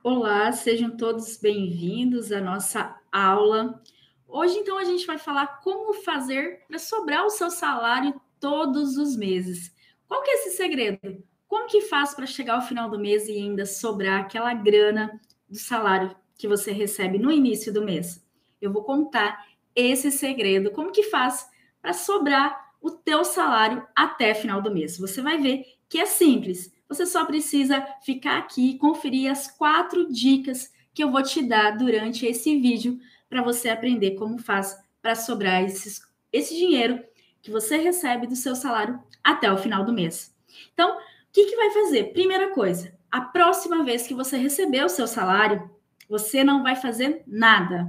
Olá, sejam todos bem-vindos à nossa aula. Hoje, então, a gente vai falar como fazer para sobrar o seu salário todos os meses. Qual que é esse segredo? Como que faz para chegar ao final do mês e ainda sobrar aquela grana do salário que você recebe no início do mês? Eu vou contar esse segredo, como que faz para sobrar o teu salário até final do mês. Você vai ver que é simples. Você só precisa ficar aqui e conferir as 4 dicas que eu vou te dar durante esse vídeo para você aprender como faz para sobrar esse dinheiro que você recebe do seu salário até o final do mês. Então, o que vai fazer? Primeira coisa, a próxima vez que você receber o seu salário, você não vai fazer nada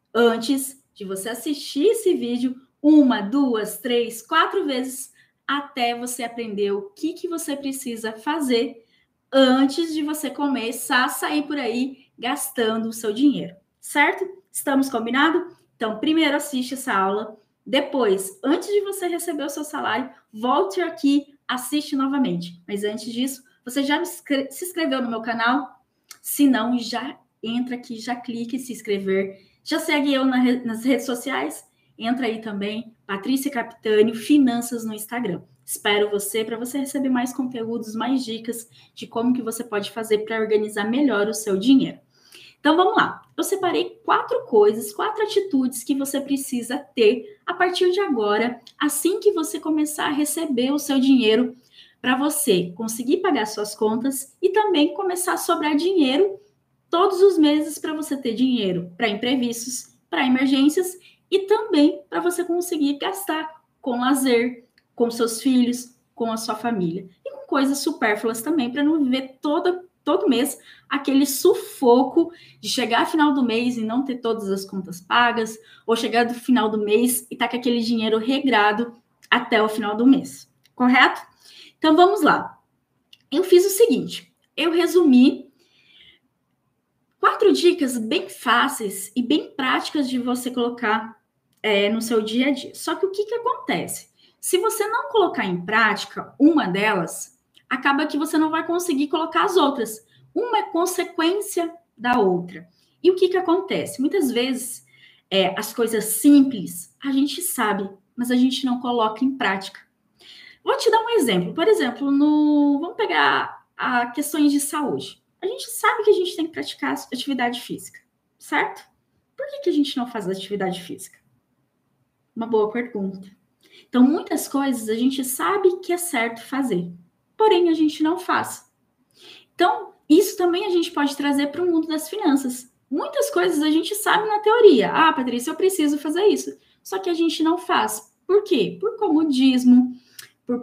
antes de você assistir esse vídeo 1, 2, 3, 4 vezes até você aprender o que você precisa fazer antes de você começar a sair por aí gastando o seu dinheiro, certo? Estamos combinados? Então, primeiro assiste essa aula, depois, antes de você receber o seu salário, volte aqui, assiste novamente. Mas antes disso, você já se inscreveu no meu canal? Se não, já entra aqui, já clica em se inscrever. Já segue eu nas redes sociais? Entra aí também, Patrícia Capitânio, Finanças no Instagram. Espero você para você receber mais conteúdos, mais dicas de como que você pode fazer para organizar melhor o seu dinheiro. Então vamos lá. Eu separei 4 coisas, 4 atitudes que você precisa ter a partir de agora, assim que você começar a receber o seu dinheiro, para você conseguir pagar suas contas e também começar a sobrar dinheiro todos os meses para você ter dinheiro para imprevistos, para emergências e também para você conseguir gastar com lazer, com seus filhos, com a sua família e com coisas supérfluas também para não viver todo mês aquele sufoco de chegar ao final do mês e não ter todas as contas pagas ou chegar do final do mês e tá com aquele dinheiro regrado até o final do mês, correto? Então vamos lá. Eu fiz o seguinte, eu resumi 4 dicas bem fáceis e bem práticas de você colocar no seu dia a dia. Só que o que acontece? Se você não colocar em prática uma delas, acaba que você não vai conseguir colocar as outras. Uma é consequência da outra. E o que acontece? Muitas vezes, as coisas simples a gente sabe, mas a gente não coloca em prática. Vou te dar um exemplo. Por exemplo, vamos pegar questões de saúde. A gente sabe que a gente tem que praticar atividade física, certo? Por que a gente não faz atividade física? Uma boa pergunta. Então, muitas coisas a gente sabe que é certo fazer, porém a gente não faz. Então, isso também a gente pode trazer para o mundo das finanças. Muitas coisas a gente sabe na teoria. Ah, Patrícia, eu preciso fazer isso. Só que a gente não faz. Por quê? Por comodismo, por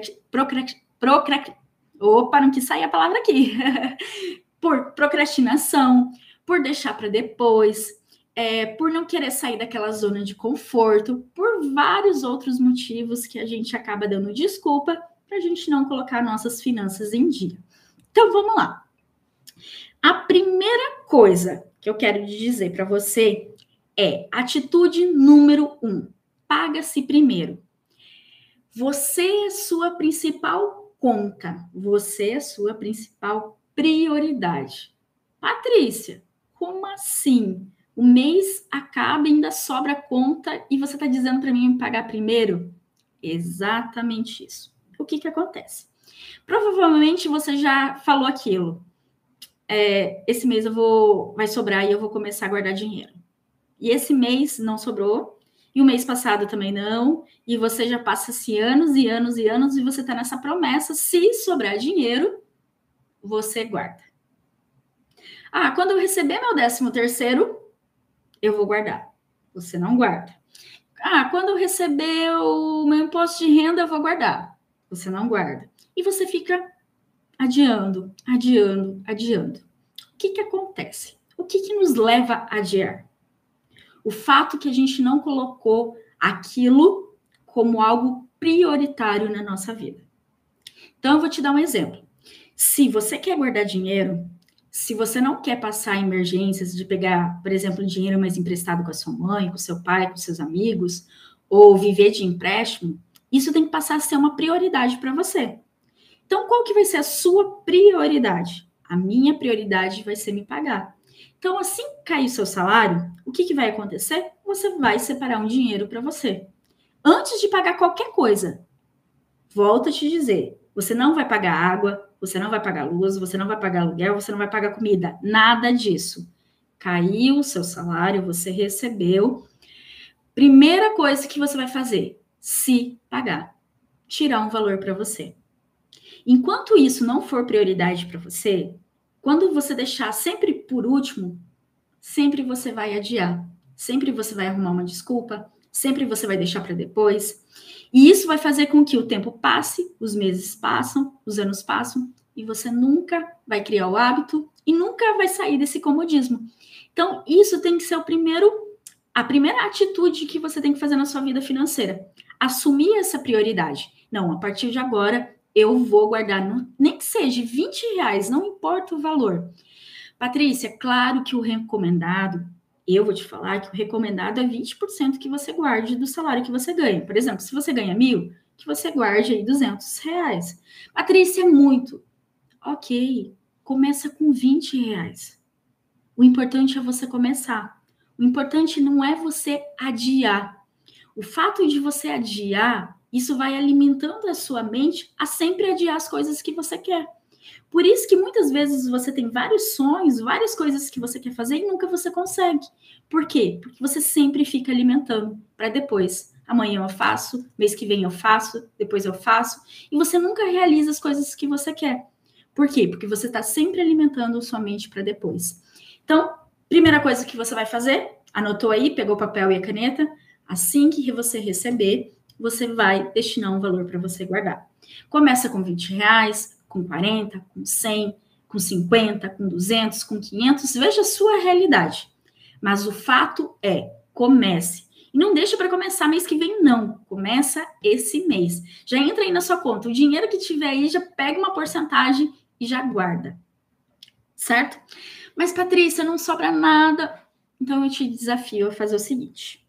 opa, não quis sair a palavra aqui. Por procrastinação, por deixar para depois, por não querer sair daquela zona de conforto, por vários outros motivos que a gente acaba dando desculpa para a gente não colocar nossas finanças em dia. Então, vamos lá. A primeira coisa que eu quero dizer para você é atitude número 1. Paga-se primeiro. Você é sua principal conta. Você é sua principal prioridade. Patrícia, como assim? O mês acaba e ainda sobra conta e você está dizendo para mim pagar primeiro? Exatamente isso. O que acontece? Provavelmente você já falou aquilo. Esse mês vai sobrar e eu vou começar a guardar dinheiro. E esse mês não sobrou, e o mês passado também não, e você já passa-se anos e anos e anos, e você está nessa promessa, se sobrar dinheiro, você guarda. Ah, quando eu receber meu 13º, eu vou guardar. Você não guarda. Ah, quando eu receber o meu imposto de renda, eu vou guardar. Você não guarda. E você fica adiando, adiando, adiando. O que acontece? O que nos leva a adiar? O fato que a gente não colocou aquilo como algo prioritário na nossa vida. Então, eu vou te dar um exemplo. Se você quer guardar dinheiro, se você não quer passar emergências de pegar, por exemplo, dinheiro mais emprestado com a sua mãe, com seu pai, com seus amigos, ou viver de empréstimo, isso tem que passar a ser uma prioridade para você. Então, qual que vai ser a sua prioridade? A minha prioridade vai ser me pagar. Então, assim que cair o seu salário, o que vai acontecer? Você vai separar um dinheiro para você. Antes de pagar qualquer coisa, volto a te dizer, você não vai pagar água, você não vai pagar luz, você não vai pagar aluguel, você não vai pagar comida, nada disso. Caiu o seu salário, você recebeu. Primeira coisa que você vai fazer, se pagar, tirar um valor para você. Enquanto isso não for prioridade para você, quando você deixar sempre por último, sempre você vai adiar, sempre você vai arrumar uma desculpa, sempre você vai deixar para depois. E isso vai fazer com que o tempo passe, os meses passam, os anos passam, e você nunca vai criar o hábito e nunca vai sair desse comodismo. Então, isso tem que ser a primeira atitude que você tem que fazer na sua vida financeira. Assumir essa prioridade. Não, a partir de agora, eu vou guardar, nem que seja R$ 20, não importa o valor. Patrícia, claro que o recomendado, eu vou te falar que o recomendado é 20% que você guarde do salário que você ganha. Por exemplo, se você ganha 1.000, que você guarde aí R$ 200. Patrícia, é muito. Ok, começa com R$ 20. O importante é você começar. O importante não é você adiar. O fato de você adiar, isso vai alimentando a sua mente a sempre adiar as coisas que você quer. Por isso que muitas vezes você tem vários sonhos, várias coisas que você quer fazer e nunca você consegue. Por quê? Porque você sempre fica alimentando para depois. Amanhã eu faço, mês que vem eu faço, depois eu faço. E você nunca realiza as coisas que você quer. Por quê? Porque você está sempre alimentando sua mente para depois. Então, primeira coisa que você vai fazer, anotou aí, pegou o papel e a caneta, assim que você receber, você vai destinar um valor para você guardar. Começa com R$ 20, com 40, com 100, com 50, com 200, com 500, veja a sua realidade. Mas o fato é, comece. E não deixa para começar mês que vem, não. Começa esse mês. Já entra aí na sua conta. O dinheiro que tiver aí, já pega uma porcentagem e já guarda. Certo? Mas, Patrícia, não sobra nada. Então, eu te desafio a fazer o seguinte.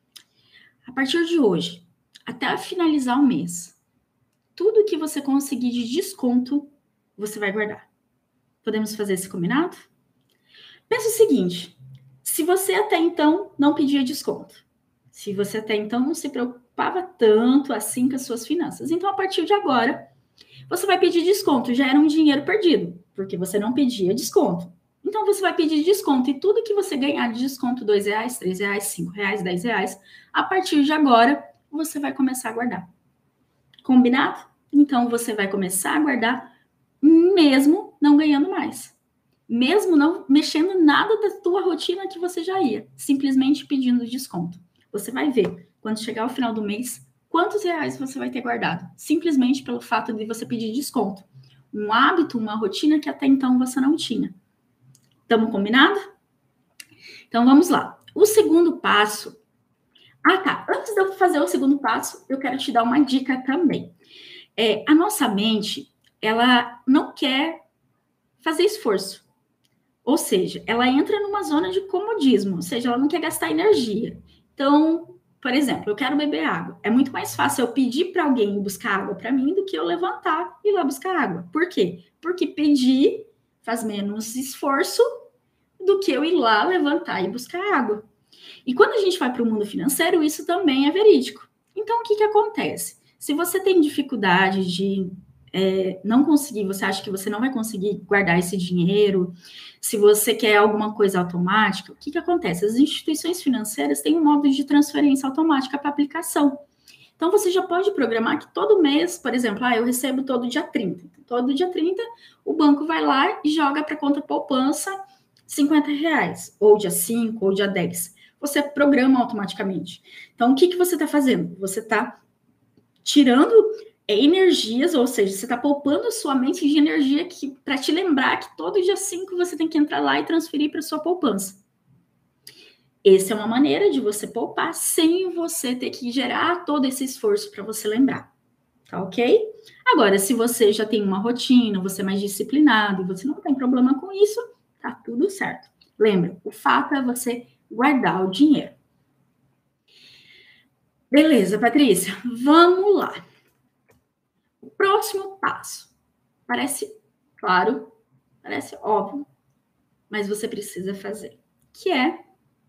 A partir de hoje, até finalizar o mês, tudo que você conseguir de desconto, você vai guardar. Podemos fazer esse combinado? Pensa o seguinte, se você até então não pedia desconto, se você até então não se preocupava tanto assim com as suas finanças, então a partir de agora, você vai pedir desconto, já era um dinheiro perdido, porque você não pedia desconto. Então você vai pedir desconto e tudo que você ganhar de desconto, R$ 2, R$ 3, R$ 5, R$ 10, a partir de agora, você vai começar a guardar. Combinado? Então você vai começar a guardar mesmo não ganhando mais. Mesmo não mexendo nada da tua rotina que você já ia, simplesmente pedindo desconto. Você vai ver, quando chegar ao final do mês, quantos reais você vai ter guardado, simplesmente pelo fato de você pedir desconto. Um hábito, uma rotina que até então você não tinha. Estamos combinados? Então vamos lá. O segundo passo. Ah, tá. Antes de eu fazer o segundo passo, eu quero te dar uma dica também. A nossa mente, ela não quer fazer esforço. Ou seja, ela entra numa zona de comodismo, ou seja, ela não quer gastar energia. Então, por exemplo, eu quero beber água. É muito mais fácil eu pedir para alguém buscar água para mim do que eu levantar e ir lá buscar água. Por quê? Porque pedir faz menos esforço do que eu ir lá levantar e buscar água. E quando a gente vai para o mundo financeiro, isso também é verídico. Então, o que acontece? Se você tem dificuldade de não conseguir, você acha que você não vai conseguir guardar esse dinheiro, se você quer alguma coisa automática, o que acontece? As instituições financeiras têm um modo de transferência automática para aplicação. Então, você já pode programar que todo mês, por exemplo, eu recebo todo dia 30. Todo dia 30, o banco vai lá e joga para a conta poupança R$ 50, ou dia 5, ou dia 10. Você programa automaticamente. Então, o que você está fazendo? Você está tirando energias, ou seja, você está poupando a sua mente de energia para te lembrar que todo dia 5 você tem que entrar lá e transferir para sua poupança. Essa é uma maneira de você poupar sem você ter que gerar todo esse esforço para você lembrar. Tá ok? Agora, se você já tem uma rotina, você é mais disciplinado, você não tem problema com isso, tá tudo certo. Lembra, o fato é você guardar o dinheiro. Beleza, Patrícia, vamos lá. O próximo passo. Parece claro, Parece óbvio, mas você precisa fazer. Que é,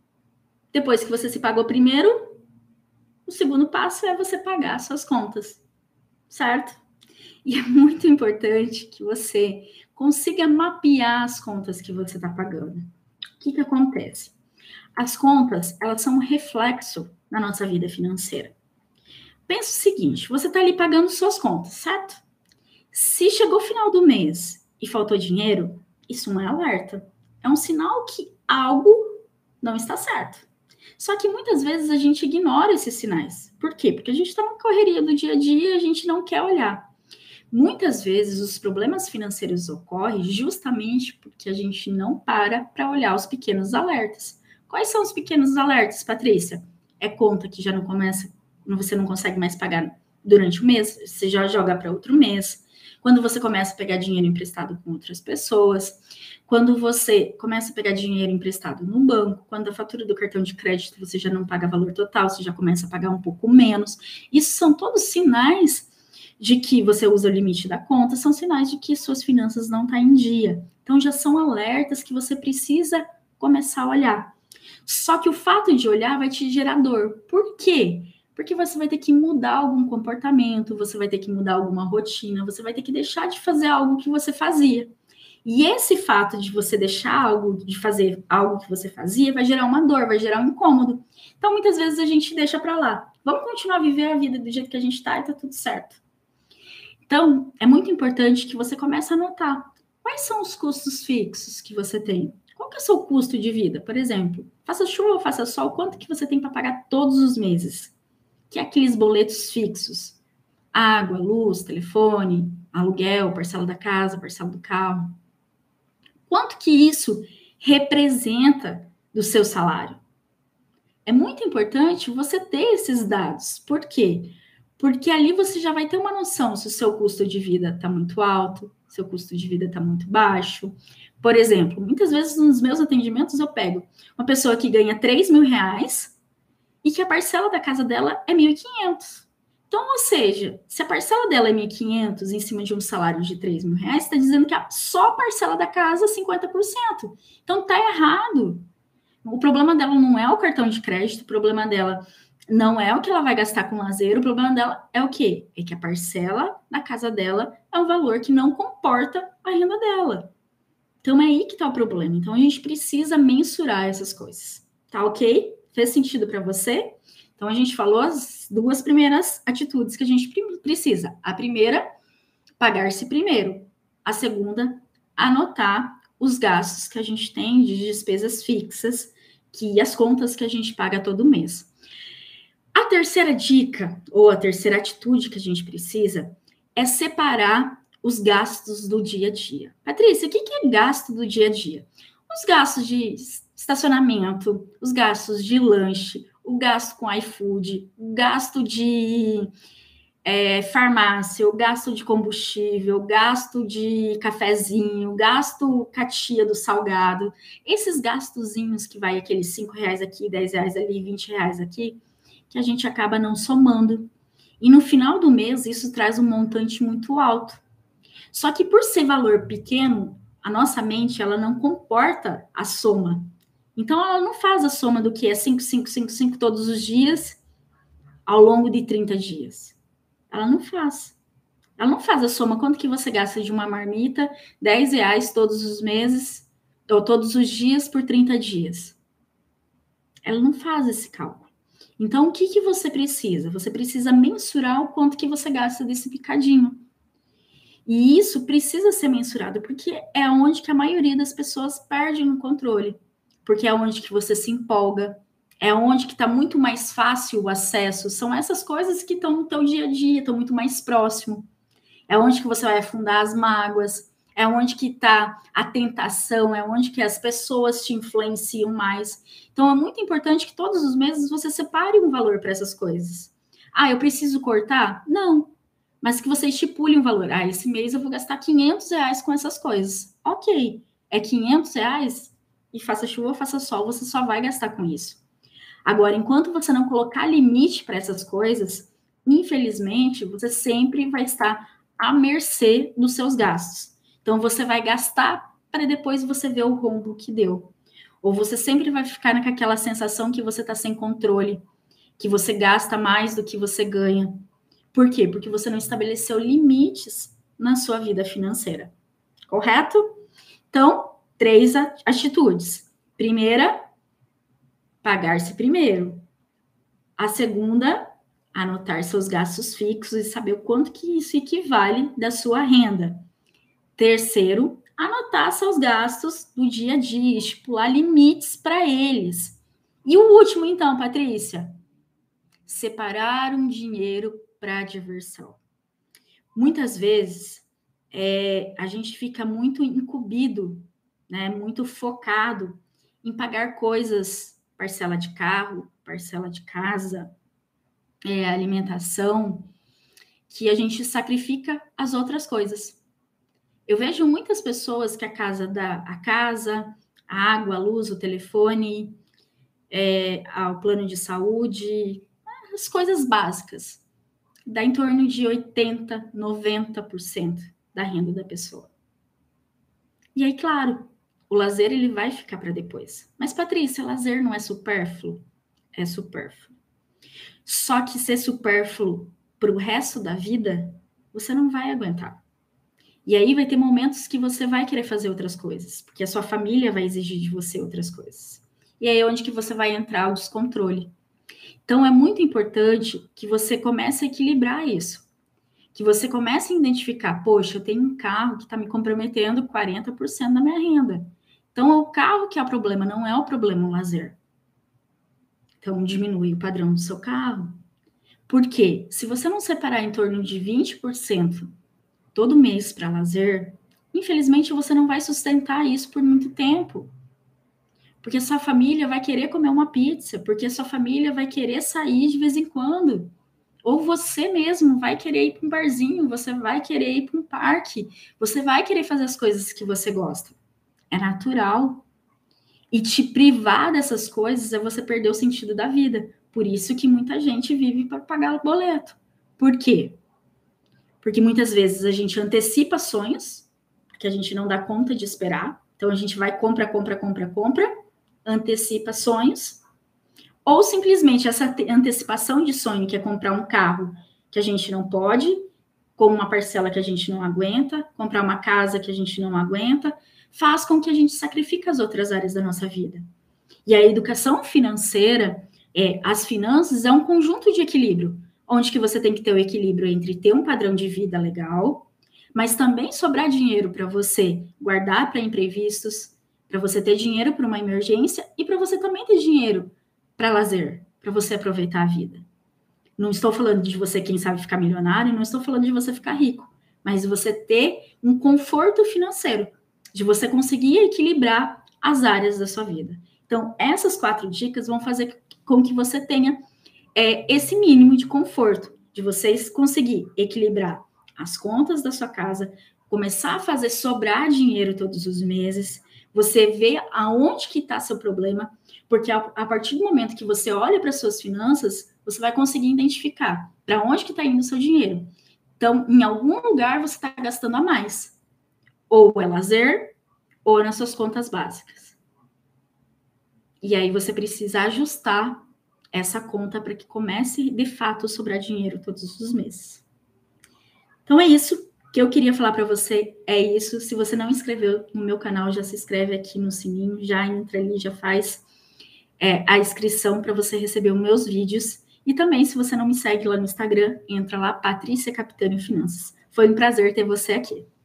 depois que você se pagou primeiro, o segundo passo é você pagar suas contas, certo? E é muito importante que você consiga mapear as contas que você está pagando. O que acontece? As contas, elas são um reflexo da nossa vida financeira. Pensa o seguinte, você está ali pagando suas contas, certo? Se chegou o final do mês e faltou dinheiro, isso não é alerta. É um sinal que algo não está certo. Só que muitas vezes a gente ignora esses sinais. Por quê? Porque a gente está na correria do dia a dia e a gente não quer olhar. Muitas vezes os problemas financeiros ocorrem justamente porque a gente não para olhar os pequenos alertas. Quais são os pequenos alertas, Patrícia? É conta que já não começa, você não consegue mais pagar durante o mês, você já joga para outro mês. Quando você começa a pegar dinheiro emprestado com outras pessoas, quando você começa a pegar dinheiro emprestado no banco, quando a fatura do cartão de crédito você já não paga valor total, você já começa a pagar um pouco menos. Isso são todos sinais de que você usa o limite da conta, são sinais de que suas finanças não estão em dia. Então, já são alertas que você precisa começar a olhar. Só que o fato de olhar vai te gerar dor. Por quê? Porque você vai ter que mudar algum comportamento, você vai ter que mudar alguma rotina, você vai ter que deixar de fazer algo que você fazia. E esse fato de você deixar de fazer algo que você fazia, vai gerar uma dor, vai gerar um incômodo. Então, muitas vezes a gente deixa para lá. Vamos continuar a viver a vida do jeito que a gente está e tá tudo certo. Então, é muito importante que você comece a anotar quais são os custos fixos que você tem. Qual que é o seu custo de vida? Por exemplo, faça chuva ou faça sol, quanto que você tem para pagar todos os meses? Que é aqueles boletos fixos. Água, luz, telefone, aluguel, parcela da casa, parcela do carro. Quanto que isso representa do seu salário? É muito importante você ter esses dados. Por quê? Porque ali você já vai ter uma noção se o seu custo de vida está muito alto, seu custo de vida está muito baixo. Por exemplo, muitas vezes nos meus atendimentos eu pego uma pessoa que ganha 3 mil reais e que a parcela da casa dela é 1.500. Então, ou seja, se a parcela dela é 1.500 em cima de um salário de 3 mil reais, está dizendo que só a parcela da casa é 50%. Então, está errado. O problema dela não é o cartão de crédito, o problema dela não é o que ela vai gastar com lazer, o problema dela é o quê? É que a parcela da casa dela é um valor que não comporta a renda dela. Então, é aí que está o problema. Então, a gente precisa mensurar essas coisas. Tá ok? Fez sentido para você? Então, a gente falou as duas primeiras atitudes que a gente precisa. A primeira, pagar-se primeiro. A segunda, anotar os gastos que a gente tem de despesas fixas, que as contas que a gente paga todo mês. A terceira dica, ou a terceira atitude que a gente precisa, é separar os gastos do dia a dia. Patrícia, o que é gasto do dia a dia? Os gastos de estacionamento, os gastos de lanche, o gasto com iFood, o gasto de farmácia, o gasto de combustível, gasto de cafezinho, gasto catia do salgado, esses gastozinhos que vai aqueles 5 reais aqui, 10 reais ali, 20 reais aqui, que a gente acaba não somando. E no final do mês, isso traz um montante muito alto. Só que por ser valor pequeno, a nossa mente, ela não comporta a soma. Então, ela não faz a soma do que é 5, 5, 5, 5 todos os dias, ao longo de 30 dias. Ela não faz. Ela não faz a soma. Quanto que você gasta de uma marmita? 10 reais todos os meses, ou todos os dias por 30 dias. Ela não faz esse cálculo. Então, o que você precisa? Você precisa mensurar o quanto que você gasta desse picadinho. E isso precisa ser mensurado, porque é onde que a maioria das pessoas perdem o controle. Porque é onde que você se empolga, é onde que está muito mais fácil o acesso. São essas coisas que estão no teu dia a dia, estão muito mais próximo. É onde que você vai afundar as mágoas, é onde que está a tentação, é onde que as pessoas te influenciam mais. Então, é muito importante que todos os meses você separe um valor para essas coisas. Ah, eu preciso cortar? Não. Mas que você estipule um valor. Ah, esse mês eu vou gastar 500 reais com essas coisas. Ok, é 500 reais e faça chuva ou faça sol, você só vai gastar com isso. Agora, enquanto você não colocar limite para essas coisas, infelizmente, você sempre vai estar à mercê dos seus gastos. Então, você vai gastar para depois você ver o rombo que deu. Ou você sempre vai ficar com aquela sensação que você está sem controle, que você gasta mais do que você ganha. Por quê? Porque você não estabeleceu limites na sua vida financeira. Correto? Então, 3 atitudes. Primeira, pagar-se primeiro. A segunda, anotar seus gastos fixos e saber o quanto que isso equivale da sua renda. Terceiro, anotar seus gastos do dia a dia, estipular limites para eles. E o último, então, Patrícia, separar um dinheiro para diversão. Muitas vezes a gente fica muito incumbido, né, muito focado em pagar coisas, parcela de carro, parcela de casa, alimentação, que a gente sacrifica as outras coisas. Eu vejo muitas pessoas que a casa, a água, a luz, o telefone, o plano de saúde, as coisas básicas, dá em torno de 80%, 90% da renda da pessoa. E aí, claro, o lazer ele vai ficar para depois. Mas, Patrícia, lazer não é supérfluo? É supérfluo. Só que ser supérfluo para o resto da vida, você não vai aguentar. E aí vai ter momentos que você vai querer fazer outras coisas, porque a sua família vai exigir de você outras coisas. E aí é onde que você vai entrar o descontrole. Então é muito importante que você comece a equilibrar isso. Que você comece a identificar, poxa, eu tenho um carro que está me comprometendo 40% da minha renda. Então é o carro que é o problema, não é o problema o lazer. Então diminui o padrão do seu carro. Porque se você não separar em torno de 20% todo mês para lazer, infelizmente você não vai sustentar isso por muito tempo. Porque sua família vai querer comer uma pizza, porque sua família vai querer sair de vez em quando. Ou você mesmo vai querer ir para um barzinho, você vai querer ir para um parque, você vai querer fazer as coisas que você gosta. É natural. E te privar dessas coisas é você perder o sentido da vida. Por isso que muita gente vive para pagar o boleto. Por quê? Porque muitas vezes a gente antecipa sonhos, que a gente não dá conta de esperar. Então a gente vai, compra, antecipa sonhos. Ou simplesmente essa antecipação de sonho, que é comprar um carro que a gente não pode, com uma parcela que a gente não aguenta, comprar uma casa que a gente não aguenta, faz com que a gente sacrifique as outras áreas da nossa vida. E a educação financeira, as finanças, é um conjunto de equilíbrio, onde que você tem que ter o equilíbrio entre ter um padrão de vida legal, mas também sobrar dinheiro para você guardar para imprevistos, para você ter dinheiro para uma emergência e para você também ter dinheiro para lazer, para você aproveitar a vida. Não estou falando de você, quem sabe, ficar milionário, não estou falando de você ficar rico, mas você ter um conforto financeiro, de você conseguir equilibrar as áreas da sua vida. Então, essas 4 dicas vão fazer com que você tenha esse mínimo de conforto, de vocês conseguir equilibrar as contas da sua casa, começar a fazer sobrar dinheiro todos os meses, você vê aonde que está seu problema, porque a partir do momento que você olha para suas finanças, você vai conseguir identificar para onde que está indo o seu dinheiro. Então, em algum lugar você está gastando a mais. Ou é lazer, ou nas suas contas básicas. E aí você precisa ajustar essa conta para que comece, de fato, a sobrar dinheiro todos os meses. Então, é isso que eu queria falar para você. É isso. Se você não inscreveu no meu canal, já se inscreve aqui no sininho, já entra ali, já faz a inscrição para você receber os meus vídeos. E também, se você não me segue lá no Instagram, entra lá, Patrícia Capitani Finanças. Foi um prazer ter você aqui.